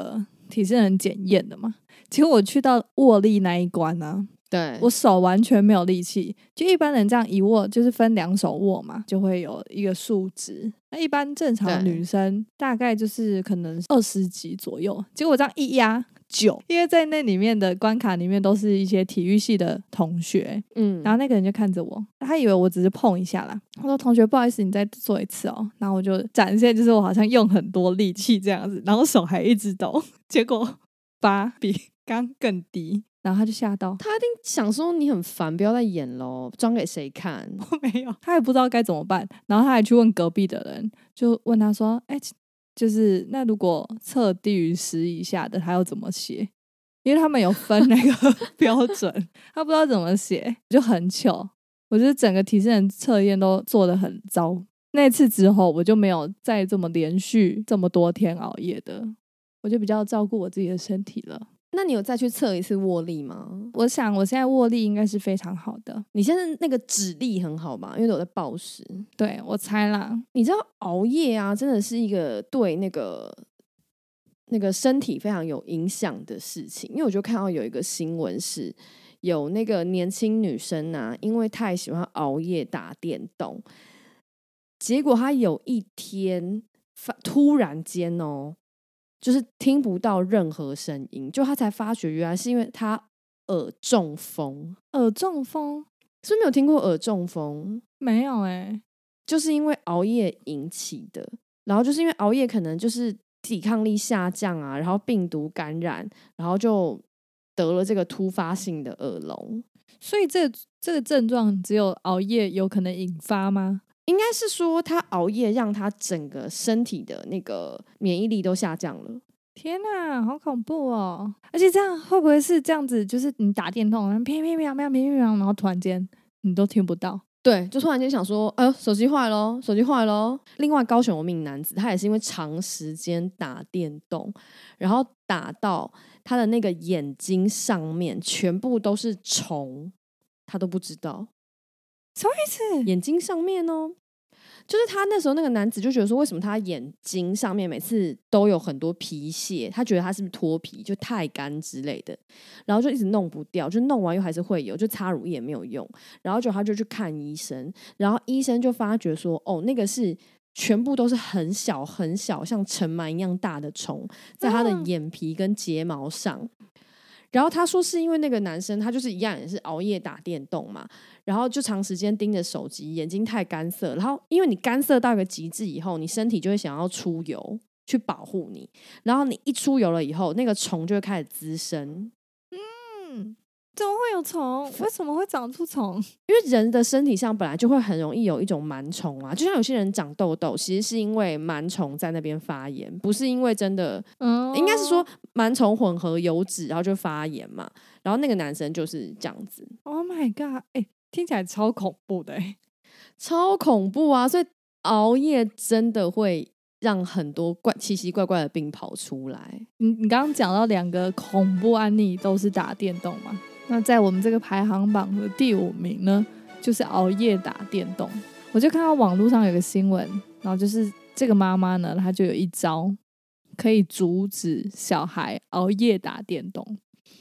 [SPEAKER 3] 体适能检验的嘛，结果我去到握力那一关啊，
[SPEAKER 2] 对，
[SPEAKER 3] 我手完全没有力气，就一般人这样一握就是分2手握嘛，就会有一个数值。那一般正常的
[SPEAKER 2] 对
[SPEAKER 3] 女生大概就是可能20几左右，结果我这样一压9，因为在那里面的关卡里面都是一些体育系的同学，然后那个人就看着我，他以为我只是碰一下啦，他说同学不好意思你再做一次哦，然后我就展现就是我好像用很多力气这样子，然后手还一直抖，结果8比刚更低，然后他就吓到，
[SPEAKER 2] 他一定想说你很烦，不要再演咯，装给谁看？
[SPEAKER 3] 我没有，他也不知道该怎么办，然后他还去问隔壁的人，就问他说就是那如果测低于10以下的他要怎么写，因为他们有分那个标准，他不知道怎么写，就很糗。我觉得整个体适能测验都做得很糟，那次之后我就没有再这么连续这么多天熬夜的，我就比较照顾我自己的身体了。
[SPEAKER 2] 那你有再去测一次握力吗？
[SPEAKER 3] 我想我现在握力应该是非常好的。
[SPEAKER 2] 你现在那个指力很好吧？因为我在暴食。
[SPEAKER 3] 对，我猜啦。
[SPEAKER 2] 你知道熬夜啊，真的是一个对那个身体非常有影响的事情。因为我就看到有一个新闻是，有那个年轻女生啊，因为太喜欢熬夜打电动，结果她有一天突然间就是听不到任何声音，就他才发觉原来是因为他耳中风。
[SPEAKER 3] 耳中风
[SPEAKER 2] 是不是没有听过耳中风？
[SPEAKER 3] 没有
[SPEAKER 2] 就是因为熬夜引起的，然后就是因为熬夜可能就是抵抗力下降啊，然后病毒感染，然后就得了这个突发性的耳聋。
[SPEAKER 3] 所以这个症状只有熬夜有可能引发吗？
[SPEAKER 2] 应该是说他熬夜让他整个身体的那个免疫力都下降了。
[SPEAKER 3] 天哪，好恐怖哦！而且这样会不会是这样子？就是你打电动，乒乒乓乓乒乒乓乓，然后突然间你都听不到。
[SPEAKER 2] 对，就突然间想说，哎呦，手机坏咯，手机坏咯。另外，高雄有名男子，他也是因为长时间打电动，然后打到他的那个眼睛上面全部都是虫，他都不知道。
[SPEAKER 3] 什么意思？
[SPEAKER 2] 眼睛上面就是他那时候那个男子就觉得说，为什么他眼睛上面每次都有很多皮屑？他觉得他是不是脱皮，就太干之类的，然后就一直弄不掉，就弄完又还是会有，就擦乳液没有用，然后他就去看医生，然后医生就发觉说，那个是全部都是很小很小，像尘螨一样大的虫，在他的眼皮跟睫毛上。然后他说是因为那个男生他就是一样也是熬夜打电动嘛，然后就长时间盯着手机，眼睛太干涩，然后因为你干涩到一个极致以后，你身体就会想要出油去保护你，然后你一出油了以后，那个虫就会开始滋生。
[SPEAKER 3] 怎么会有虫？为什么会长出虫？
[SPEAKER 2] 因为人的身体上本来就会很容易有一种螨虫啊，就像有些人长痘痘，其实是因为螨虫在那边发炎，不是因为真的，应该是说螨虫混合油脂，然后就发炎嘛。然后那个男生就是这样子。
[SPEAKER 3] Oh my god！ 听起来超恐怖的
[SPEAKER 2] 超恐怖啊！所以熬夜真的会让很多奇奇怪怪的病跑出来。
[SPEAKER 3] 你刚刚讲到2个恐怖案例都是打电动嘛？那在我们这个排行榜的第5名呢，就是熬夜打电动。我就看到网络上有个新闻，然后就是这个妈妈呢，她就有一招可以阻止小孩熬夜打电动。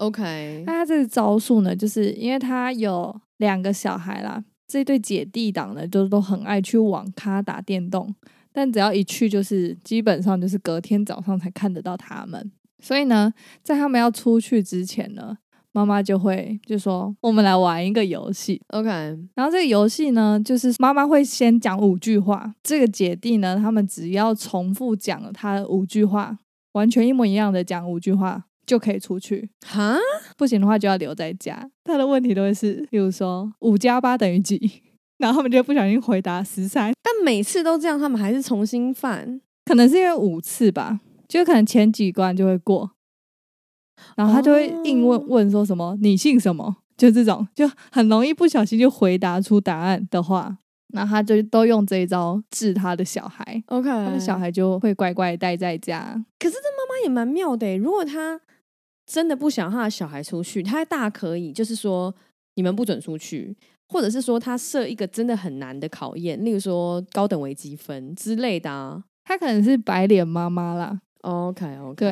[SPEAKER 2] OK，
[SPEAKER 3] 那她这个招数呢，就是因为她有2个小孩啦，这对姐弟档呢，都很爱去网咖打电动，但只要一去就是基本上就是隔天早上才看得到他们。所以呢，在他们要出去之前呢，妈妈就说我们来玩一个游戏
[SPEAKER 2] OK，
[SPEAKER 3] 然后这个游戏呢，就是妈妈会先讲5句话，这个姐弟呢，他们只要重复讲他的5句话，完全一模一样的讲5句话就可以出去。
[SPEAKER 2] 哈，
[SPEAKER 3] 不行的话就要留在家。他的问题都会是比如说5加8等于几，然后他们就不小心回答13，
[SPEAKER 2] 但每次都这样，他们还是重新犯。
[SPEAKER 3] 可能是因为5次吧，就可能前几关就会过，然后他就会硬问说什么你姓什么，就这种就很容易不小心就回答出答案的话，那他就都用这一招治他的小孩。
[SPEAKER 2] OK，
[SPEAKER 3] 他的小孩就会乖乖待在家。
[SPEAKER 2] 可是这妈妈也蛮妙的耶，如果他真的不想他的小孩出去，他大可以就是说你们不准出去，或者是说他设一个真的很难的考验，例如说高等微积分之类的啊。
[SPEAKER 3] 他可能是白脸妈妈啦。
[SPEAKER 2] OK，
[SPEAKER 3] 对，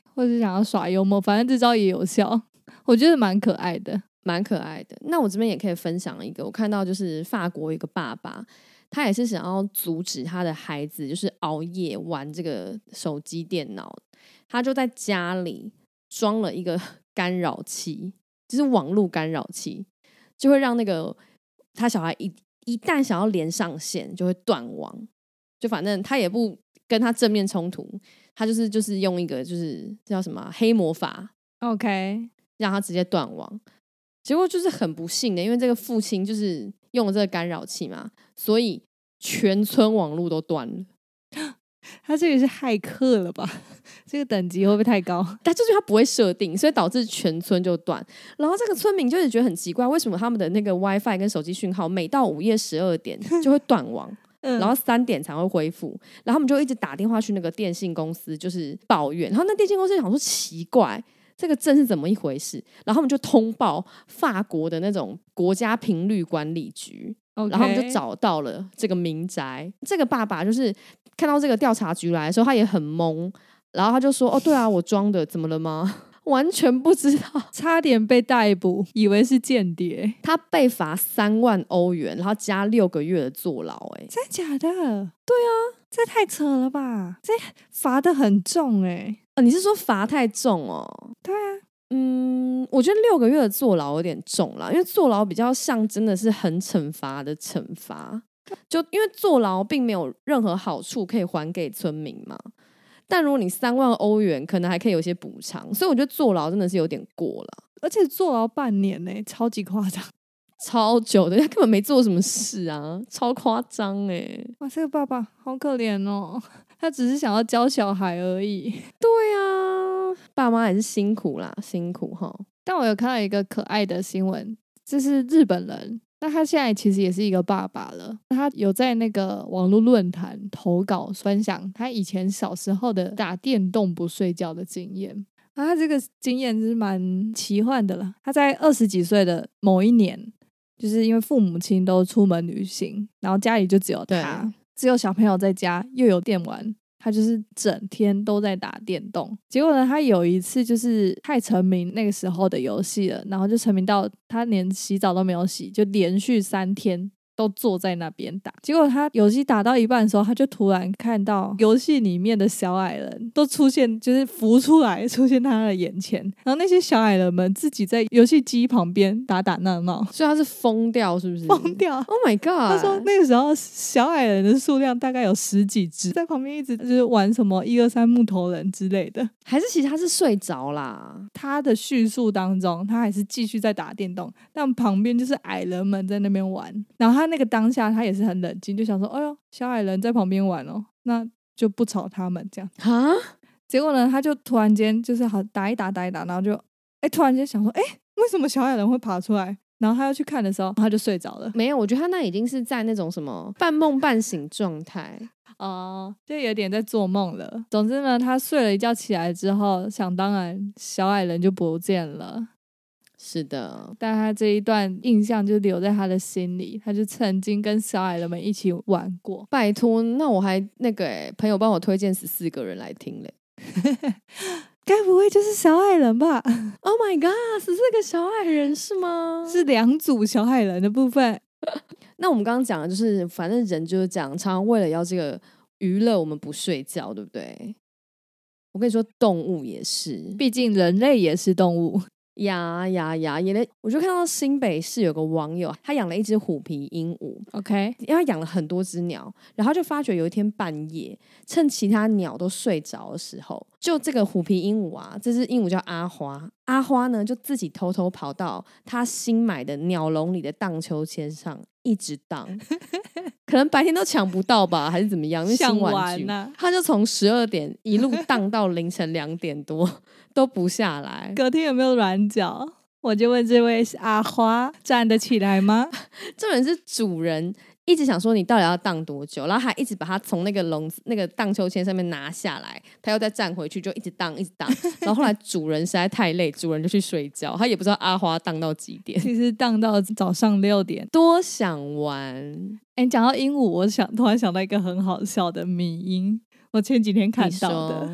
[SPEAKER 3] 或者想要耍幽默，反正这招也有效，我觉得蛮可爱的。
[SPEAKER 2] 蛮可爱的。那我这边也可以分享一个，我看到就是法国有一个爸爸，他也是想要阻止他的孩子就是熬夜玩这个手机电脑，他就在家里装了一个干扰器，就是网络干扰器，就会让那个他小孩一旦想要连上线就会断网，就反正他也不跟他正面冲突，他就是用一个就是叫什么黑魔法
[SPEAKER 3] OK，
[SPEAKER 2] 让他直接断网。结果就是很不幸的，因为这个父亲就是用了这个干扰器嘛，所以全村网络都断了。
[SPEAKER 3] 他这个是骇客了吧？这个等级会不会太高？
[SPEAKER 2] 但就是他不会设定，所以导致全村就断。然后这个村民就是觉得很奇怪，为什么他们的那个 WiFi 跟手机讯号每到午夜12点就会断网，然后3点才会恢复。然后他们就一直打电话去那个电信公司，就是抱怨。然后那电信公司想说奇怪，这个证是怎么一回事？然后他们就通报法国的那种国家频率管理局。然后我们就找到了这个民宅。这个爸爸就是看到这个调查局来的时候，他也很懵，然后他就说：“哦，对啊，我装的，怎么了吗？”完全不知道，
[SPEAKER 3] 差点被逮捕，以为是间谍。
[SPEAKER 2] 他被罚3万欧元，然后加6个月的坐牢。哎，
[SPEAKER 3] 真的假的？对啊，这太扯了吧！这罚的很重哎。
[SPEAKER 2] 你是说罚太重哦？
[SPEAKER 3] 对啊。
[SPEAKER 2] 我觉得6个月的坐牢有点重啦，因为坐牢比较像真的是很惩罚的惩罚，就因为坐牢并没有任何好处可以还给村民嘛。但如果你3万欧元，可能还可以有些补偿，所以我觉得坐牢真的是有点过了，
[SPEAKER 3] 而且坐牢半年呢，超级夸张，
[SPEAKER 2] 超久的，他根本没做什么事啊，超夸张哎！
[SPEAKER 3] 哇，这个爸爸好可怜哦，他只是想要教小孩而已。
[SPEAKER 2] 对啊，爸妈也是辛苦啦，辛苦哈。
[SPEAKER 3] 但我有看到一个可爱的新闻，这是日本人，那他现在其实也是一个爸爸了。他有在那个网络论坛投稿分享他以前小时候的打电动不睡觉的经验。他这个经验是蛮奇幻的了。他在20几岁的某一年，就是因为父母亲都出门旅行，然后家里就只有他，只有小朋友在家，又有电玩。他就是整天都在打电动，结果呢，他有一次就是太沉迷那个时候的游戏了，然后就沉迷到他连洗澡都没有洗，就连续3天都坐在那边打。结果他游戏打到一半的时候，他就突然看到游戏里面的小矮人都出现，就是浮出来出现他的眼前，然后那些小矮人们自己在游戏机旁边打打闹闹，
[SPEAKER 2] 所以他是疯掉是不是？
[SPEAKER 3] 疯掉
[SPEAKER 2] ！Oh my god！
[SPEAKER 3] 他说那个时候小矮人的数量大概有10几只，在旁边一直就是玩什么1、2、3木头人之类的。
[SPEAKER 2] 还是其实他是睡着啦？
[SPEAKER 3] 他的叙述当中，他还是继续在打电动，但旁边就是矮人们在那边玩，然后他那个当下他也是很冷静，就想说：“哎呦，小矮人在旁边玩哦，那就不吵他们这样。”
[SPEAKER 2] 哈，
[SPEAKER 3] 结果呢，他就突然间就是好打一打，然后就突然间想说：“为什么小矮人会爬出来？”然后他要去看的时候，他就睡着了。
[SPEAKER 2] 没有，我觉得他那已经是在那种什么半梦半醒状态
[SPEAKER 3] 就有点在做梦了。总之呢，他睡了一觉起来之后，想当然小矮人就不见了。
[SPEAKER 2] 是的，
[SPEAKER 3] 但他这一段印象就留在他的心里，他就曾经跟小矮人们一起玩过。
[SPEAKER 2] 拜托，那我还那个朋友帮我推荐14个人来听嘞。
[SPEAKER 3] 该不会就是小矮人吧
[SPEAKER 2] ？Oh my god， 14个小矮人是吗？
[SPEAKER 3] 是2组小矮人的部分。
[SPEAKER 2] 那我们刚刚讲的就是，反正人就是这样，常常为了要这个娱乐，我们不睡觉，对不对？我跟你说，动物也是，
[SPEAKER 3] 毕竟人类也是动物。
[SPEAKER 2] 我就看到新北市有个网友，他养了一只虎皮鹦鹉
[SPEAKER 3] ，OK，
[SPEAKER 2] 因为他养了很多只鸟，然后就发觉有一天半夜，趁其他鸟都睡着的时候，就这个虎皮鹦鹉啊，这只鹦鹉叫阿花，阿花呢就自己偷偷跑到他新买的鸟笼里的荡秋千上，一直荡，可能白天都抢不到吧，还是怎么样？因为新玩具，他就从12点一路荡到凌晨2点多都不下来。
[SPEAKER 3] 隔天有没有软脚？我就问这位阿花站得起来吗？
[SPEAKER 2] 这人是主人一直想说你到底要荡多久，然后还一直把它从那个笼子那个荡秋千上面拿下来，他又再站回去，就一直荡一直荡。然后后来主人实在太累，主人就去睡觉，他也不知道阿花荡到几点，
[SPEAKER 3] 其实荡到早上6点，
[SPEAKER 2] 多想玩。
[SPEAKER 3] 讲到鹦鹉，我突然想到一个很好笑的迷因，我前几天看到的。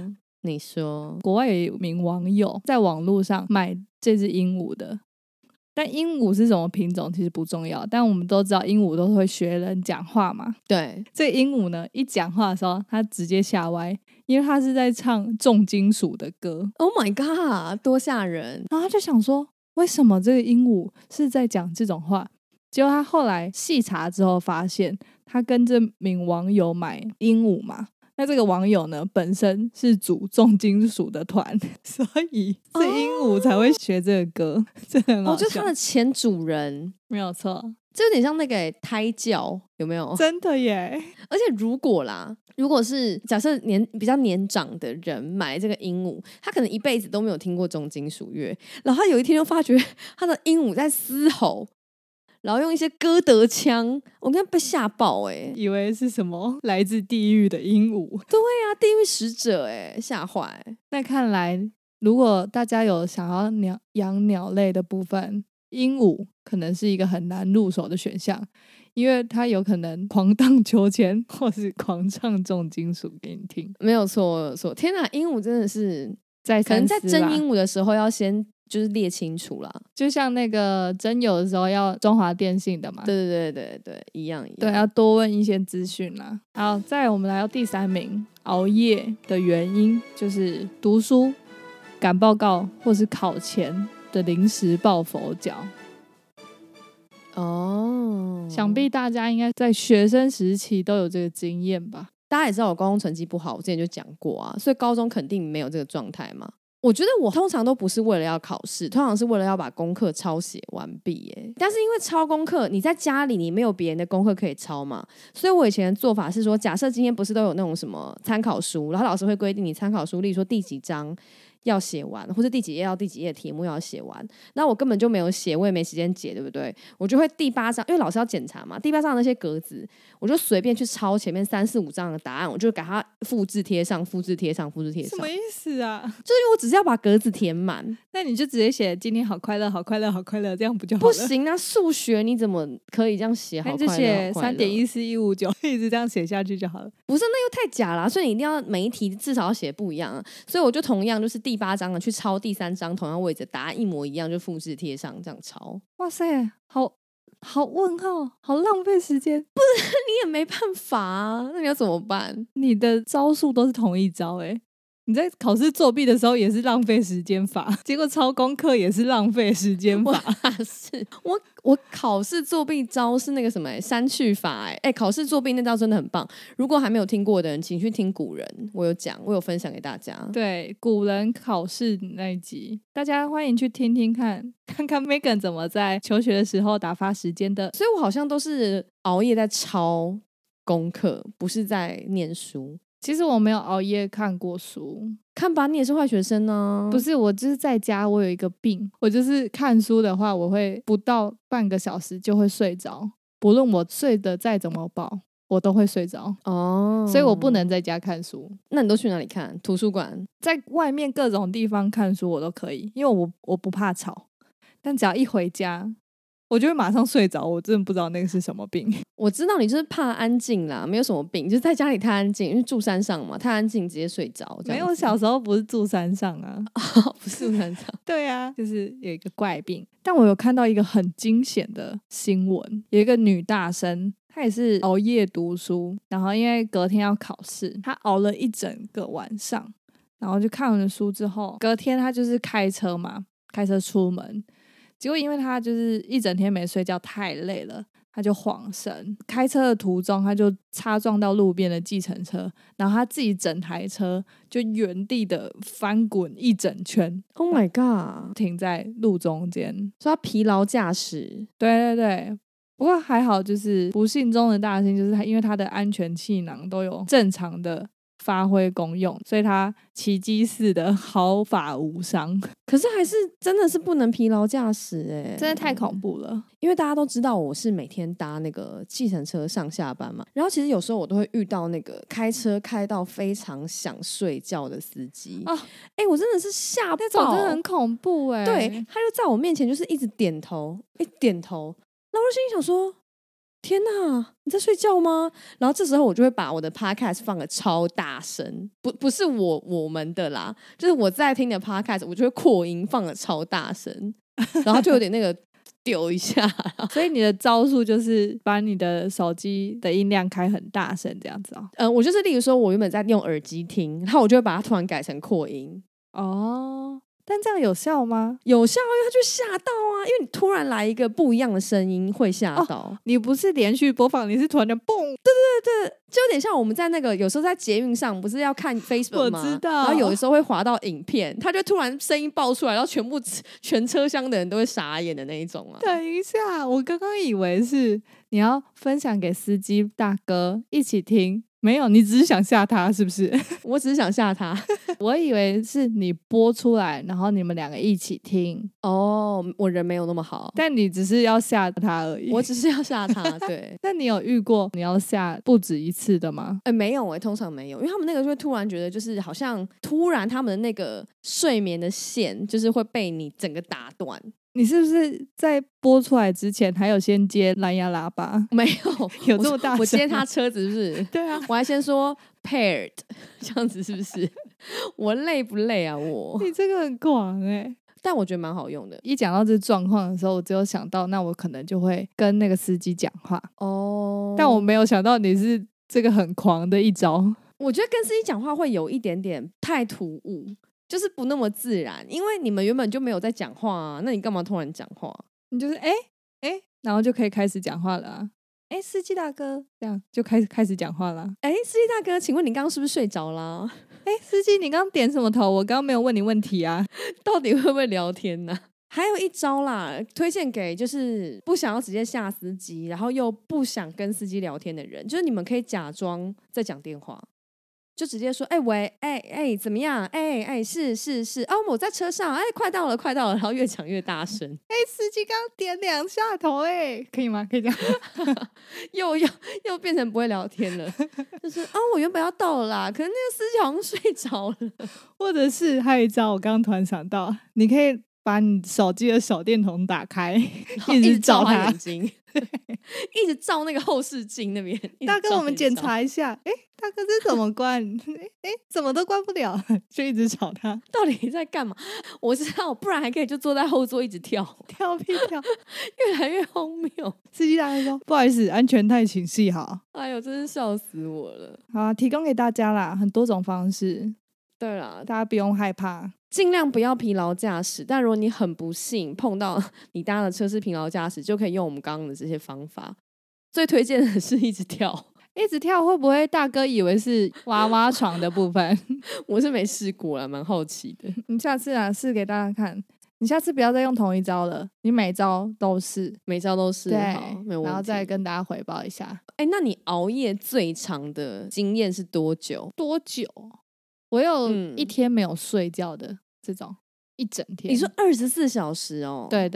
[SPEAKER 2] 你说
[SPEAKER 3] 国外有一名网友在网络上买这只鹦鹉的，但鹦鹉是什么品种其实不重要，但我们都知道鹦鹉都会学人讲话嘛。
[SPEAKER 2] 对，
[SPEAKER 3] 这个鹦鹉呢，一讲话的时候，它直接吓歪，因为它是在唱重金属的歌。
[SPEAKER 2] Oh my god， 多吓人！
[SPEAKER 3] 然后他就想说，为什么这个鹦鹉是在讲这种话？结果他后来细查之后发现，他跟这名网友买鹦鹉嘛，那这个网友呢本身是组重金属的团，所以这鹦鹉才会学这个歌，这很好笑。
[SPEAKER 2] 就是他的前主人，
[SPEAKER 3] 没有错，
[SPEAKER 2] 这有点像那个胎教，有没有？
[SPEAKER 3] 真的耶！
[SPEAKER 2] 而且如果是假设比较年长的人买这个鹦鹉，他可能一辈子都没有听过重金属乐，然后他有一天就发觉他的鹦鹉在嘶吼，然后用一些歌德腔，我跟他被吓爆
[SPEAKER 3] 以为是什么来自地狱的鹦鹉。
[SPEAKER 2] 对啊，地狱使者吓坏。
[SPEAKER 3] 那看来，如果大家有想要养鸟类的部分，鹦鹉可能是一个很难入手的选项，因为它有可能狂荡秋千，或是狂唱重金属给你听。
[SPEAKER 2] 没有错，天哪，鹦鹉真的是可能在
[SPEAKER 3] 在
[SPEAKER 2] 争鹦鹉的时候要先就是列清楚啦，
[SPEAKER 3] 就像那个征友的时候要中华电信的嘛，
[SPEAKER 2] 对，一样。
[SPEAKER 3] 对，要多问一些资讯啦。好，再来我们来到第3名，熬夜的原因就是读书、赶报告或是考前的临时抱佛脚。
[SPEAKER 2] 哦，
[SPEAKER 3] 想必大家应该在学生时期都有这个经验吧？
[SPEAKER 2] 大家也知道我高中成绩不好，我之前就讲过啊，所以高中肯定没有这个状态嘛。我觉得我通常都不是为了要考试，通常是为了要把功课抄写完毕耶。但是因为抄功课，你在家里你没有别人的功课可以抄嘛，所以我以前的做法是说，假设今天不是都有那种什么参考书，然后老师会规定你参考书，例如说第几章要写完，或者第几页到第几页题目要写完，那我根本就没有写，我也没时间解，对不对？我就会第8章，因为老师要检查嘛，第8章的那些格子，我就随便去抄前面3、4、5章的答案，我就给它复制贴上，复制贴上，复制贴上。
[SPEAKER 3] 什么意思啊？
[SPEAKER 2] 就是因为我只是要把格子填满。
[SPEAKER 3] 那你就直接写今天好快乐，好快乐，好快乐，这样不就好了？
[SPEAKER 2] 不行啊，数学你怎么可以这样写？好快乐，
[SPEAKER 3] 那就写
[SPEAKER 2] 好快乐
[SPEAKER 3] 3.14159，一直这样写下去就好了。
[SPEAKER 2] 不是，那又太假了，所以你一定要每一题至少要写不一样啊。所以我就同样就是第8章的去抄第3章同样位置，答案一模一样，就复制贴上这样抄。
[SPEAKER 3] 哇塞，好问号，好浪费时间。
[SPEAKER 2] 你也没办法啊，那你要怎么办？
[SPEAKER 3] 你的招数都是同一招你在考试作弊的时候也是浪费时间法，结果抄功课也是浪费时间法。
[SPEAKER 2] 我考试作弊招是那个什么删去法考试作弊那招真的很棒。如果还没有听过的人，请去听古人，我有分享给大家。
[SPEAKER 3] 对，古人考试那一集，大家欢迎去听听看，看看 Megan 怎么在求学的时候打发时间的。
[SPEAKER 2] 所以我好像都是熬夜在抄功课，不是在念书。
[SPEAKER 3] 其实我没有熬夜看过书，
[SPEAKER 2] 看吧，你也是坏学生呢。
[SPEAKER 3] 不是，我就是在家，我有一个病，我就是看书的话，我会不到半个小时就会睡着，不论我睡得再怎么饱，我都会睡着
[SPEAKER 2] 哦，
[SPEAKER 3] 所以我不能在家看书。
[SPEAKER 2] 那你都去哪里看？图书馆？
[SPEAKER 3] 在外面各种地方看书我都可以，因为我不怕吵，但只要一回家我就会马上睡着，我真的不知道那个是什么病。
[SPEAKER 2] 我知道你就是怕安静啦，没有什么病，就是在家里太安静，因为住山上嘛，太安静直接睡着。
[SPEAKER 3] 没有，小时候不是住山上啊，
[SPEAKER 2] 不是住山上。
[SPEAKER 3] 对啊，就是有一个怪病。但我有看到一个很惊险的新闻，有一个女大生，她也是熬夜读书，然后因为隔天要考试，她熬了一整个晚上，然后就看完了书之后，隔天她就是开车出门。结果因为他就是一整天没睡觉，太累了，他就晃神。开车的途中，他就擦撞到路边的计程车，然后他自己整台车就原地的翻滚一整圈。
[SPEAKER 2] Oh my god！
[SPEAKER 3] 停在路中间，
[SPEAKER 2] 说他疲劳驾驶。
[SPEAKER 3] 对对对。不过还好，就是不幸中的大幸，就是他因为他的安全气囊都有正常的发挥功用，所以他奇迹似的毫发无伤。
[SPEAKER 2] 可是还是真的是不能疲劳驾驶
[SPEAKER 3] 真的太恐怖了。
[SPEAKER 2] 因为大家都知道我是每天搭那个计程车上下班嘛，然后其实有时候我都会遇到那个开车开到非常想睡觉的司机啊，我真的是吓爆，
[SPEAKER 3] 那种真的很恐怖对，
[SPEAKER 2] 他就在我面前就是一直点头，然后我就心里想说， 天哪，你在睡觉吗？然后这时候我就会把我的 podcast 放得超大声，不是我们的啦，就是我在听的 podcast， 我就会扩音放得超大声，然后就有点那个丢一下。
[SPEAKER 3] 所以你的招数就是把你的手机的音量开很大声这样子哦。
[SPEAKER 2] 我就是例如说我原本在用耳机听，然后我就会把它突然改成扩音。
[SPEAKER 3] 哦，但这样有效吗？
[SPEAKER 2] 有效，因为他就吓到啊，因为你突然来一个不一样的声音会吓到。
[SPEAKER 3] 你不是连续播放，你是突然的蹦。
[SPEAKER 2] 对，就有点像我们在那个有时候在捷运上不是要看 Facebook 吗？
[SPEAKER 3] 我知道。
[SPEAKER 2] 然后有的时候会滑到影片，他就突然声音爆出来，然后全车厢的人都会傻眼的那一种啊。
[SPEAKER 3] 等一下，我刚刚以为是你要分享给司机大哥一起听，没有，你只是想吓他是不是？
[SPEAKER 2] 我只是想吓他。
[SPEAKER 3] 我以为是你播出来，然后你们两个一起听。
[SPEAKER 2] 哦，我人没有那么好，
[SPEAKER 3] 但你只是要吓他而已。
[SPEAKER 2] 我只是要吓他。对。
[SPEAKER 3] 那你有遇过你要吓不止一次的吗？
[SPEAKER 2] 没有通常没有，因为他们那个就会突然觉得就是好像突然他们的那个睡眠的线就是会被你整个打断。
[SPEAKER 3] 你是不是在播出来之前还有先接蓝牙喇叭？
[SPEAKER 2] 没有，
[SPEAKER 3] 有这么大声吗？
[SPEAKER 2] 我接他车子是不是？
[SPEAKER 3] 对啊，
[SPEAKER 2] 我还先说 paired， 这样子是不是？我累不累啊？
[SPEAKER 3] 你这个很狂
[SPEAKER 2] 但我觉得蛮好用的。
[SPEAKER 3] 一讲到这状况的时候，我只有想到，那我可能就会跟那个司机讲话
[SPEAKER 2] 哦。
[SPEAKER 3] 但我没有想到你是这个很狂的一招。
[SPEAKER 2] 我觉得跟司机讲话会有一点点太突兀。就是不那么自然，因为你们原本就没有在讲话啊，那你干嘛突然讲话？
[SPEAKER 3] 你就是然后就可以开始讲话了啊。司机大哥，这样就开始讲话了。
[SPEAKER 2] 司机大哥，请问你刚刚是不是睡着啦？
[SPEAKER 3] 司机，你刚刚点什么头？我刚刚没有问你问题啊。
[SPEAKER 2] 到底会不会聊天呢？还有一招啦，推荐给就是不想要直接下司机，然后又不想跟司机聊天的人，就是你们可以假装在讲电话。就直接说，喂，怎么样？是，哦，我在车上，快到了，然后越讲越大声。
[SPEAKER 3] 司机刚点2下头，可以吗？可以这样？
[SPEAKER 2] 又变成不会聊天了，就是我原本要到了啦，可是那个司机好像睡着了。
[SPEAKER 3] 或者是还有一招，我刚刚突然想到，你可以把你手机的手电筒打开，一直照他
[SPEAKER 2] 眼睛，一直照那个后视镜那边。
[SPEAKER 3] 大哥，我们检查一下。大哥，这怎么关？怎么都关不了，就一直吵他。
[SPEAKER 2] 到底在干嘛？我知道，不然还可以就坐在后座一直跳
[SPEAKER 3] 屁跳，
[SPEAKER 2] 越来越荒谬。
[SPEAKER 3] 司机大哥说：“不好意思，安全带请系好。”
[SPEAKER 2] 哎呦，真是笑死我了。
[SPEAKER 3] 好啊，提供给大家啦，很多种方式。
[SPEAKER 2] 对啦，
[SPEAKER 3] 大家不用害怕，
[SPEAKER 2] 尽量不要疲劳驾驶。但如果你很不幸碰到你搭的车是疲劳驾驶，就可以用我们刚刚的这些方法。最推荐的是一直跳。
[SPEAKER 3] 一直跳会不会大哥以为是娃娃床的部分？
[SPEAKER 2] 我是没试过啦，蛮好奇的。
[SPEAKER 3] 你下次试给大家看。你下次不要再用同一招了，你每招都是，
[SPEAKER 2] 好，没有问题。
[SPEAKER 3] 然后再跟大家回报一下。
[SPEAKER 2] 那你熬夜最长的经验是多久？
[SPEAKER 3] 我有一天没有睡觉的这种，一整天。
[SPEAKER 2] 你说24小时哦？
[SPEAKER 3] 对。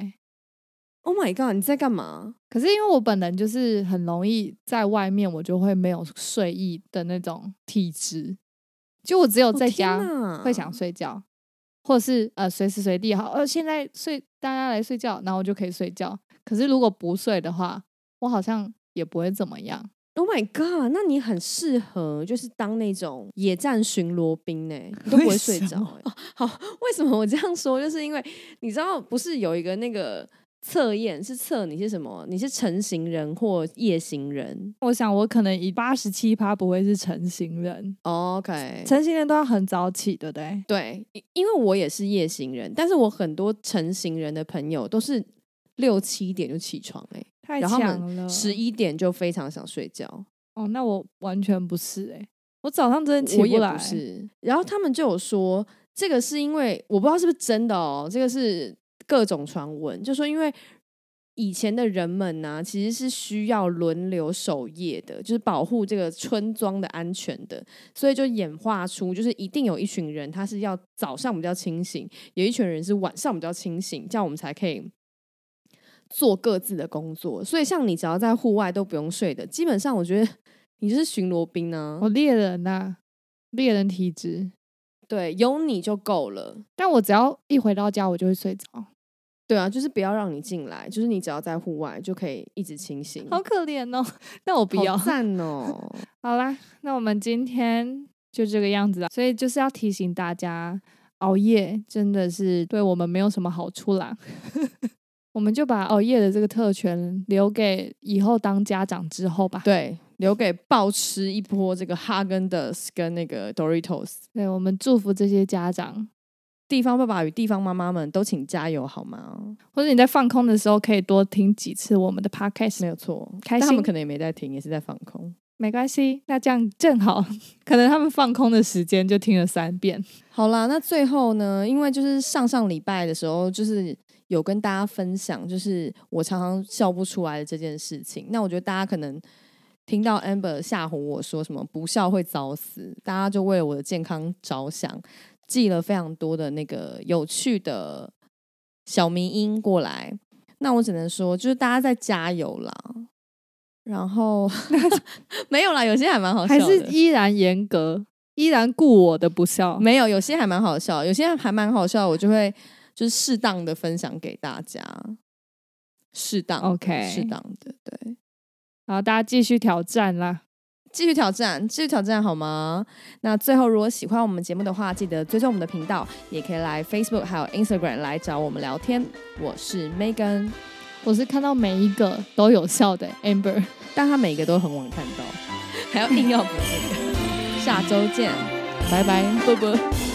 [SPEAKER 2] Oh my god！ 你在干嘛？
[SPEAKER 3] 可是因为我本人就是很容易在外面，我就会没有睡意的那种体质，就我只有在家会想睡觉，或是随时随地好，现在睡，大家来睡觉，然后我就可以睡觉。可是如果不睡的话，我好像也不会怎么样。
[SPEAKER 2] Oh my god！ 那你很适合就是当那种野战巡逻兵呢，你都不会睡着。好，为什么我这样说？就是因为你知道，不是有一个那个测验是测你是什么？你是晨型人或夜行人？
[SPEAKER 3] 我想我可能以87%不会是晨型人。
[SPEAKER 2] OK，
[SPEAKER 3] 晨型人都要很早起，对不对？
[SPEAKER 2] 对，因为我也是夜行人，但是我很多晨型人的朋友都是6、7点就起床
[SPEAKER 3] 太强了
[SPEAKER 2] ，11点就非常想睡觉。
[SPEAKER 3] 那我完全不是我早上真的起不来。
[SPEAKER 2] 我也不是。然后他们就有说，这个是因为我不知道是不是真的哦，这个是各种传闻，就说因为以前的人们呢，其实是需要轮流守夜的，就是保护这个村庄的安全的，所以就演化出就是一定有一群人他是要早上比较清醒，有一群人是晚上比较清醒，这样我们才可以做各自的工作。所以像你只要在户外都不用睡的，基本上我觉得你就是巡逻兵啊。
[SPEAKER 3] 我猎人啊，猎人体质。
[SPEAKER 2] 对，有你就够了。
[SPEAKER 3] 但我只要一回到家我就会睡着。
[SPEAKER 2] 对啊，就是不要让你进来，就是你只要在户外就可以一直清醒。
[SPEAKER 3] 好可怜哦，那我不要。
[SPEAKER 2] 好赞哦！
[SPEAKER 3] 好啦，那我们今天就这个样子啦。所以就是要提醒大家，熬夜真的是对我们没有什么好处啦。我们就把熬夜的这个特权留给以后当家长之后吧。
[SPEAKER 2] 对，留给暴吃一波这个哈根达斯跟那个 Doritos。
[SPEAKER 3] 对，我们祝福这些家长。
[SPEAKER 2] 地方爸爸与地方妈妈们都请加油好吗？
[SPEAKER 3] 或者你在放空的时候可以多听几次我们的 podcast，
[SPEAKER 2] 没有错，
[SPEAKER 3] 开心。
[SPEAKER 2] 但他们可能也没在听，也是在放空。
[SPEAKER 3] 没关系，那这样正好，可能他们放空的时间就听了3遍。
[SPEAKER 2] 好啦，那最后呢，因为就是上礼拜的时候，就是有跟大家分享，就是我常常笑不出来的这件事情。那我觉得大家可能听到 Amber 吓唬我说什么不笑会早死，大家就为了我的健康着想，寄了非常多的那个有趣的小迷因过来。那我只能说，就是大家在加油啦。然后没有啦，有些还蛮好笑的，
[SPEAKER 3] 还是依然严格，依然顾我的不笑。
[SPEAKER 2] 没有，有些还蛮好笑，有些还蛮好笑，我就会就是适当的分享给大家，适当
[SPEAKER 3] OK，
[SPEAKER 2] 适当的对。
[SPEAKER 3] 然后大家继续挑战啦，
[SPEAKER 2] 继续挑战好吗？那最后，如果喜欢我们节目的话，记得追踪我们的频道，也可以来 Facebook 还有 Instagram 来找我们聊天。我是 Megan，
[SPEAKER 3] 我是看到每一个都有效的 Amber，
[SPEAKER 2] 但他每个都很晚看到，还要硬要补这个。下周见，
[SPEAKER 3] 拜拜，
[SPEAKER 2] 啵啵。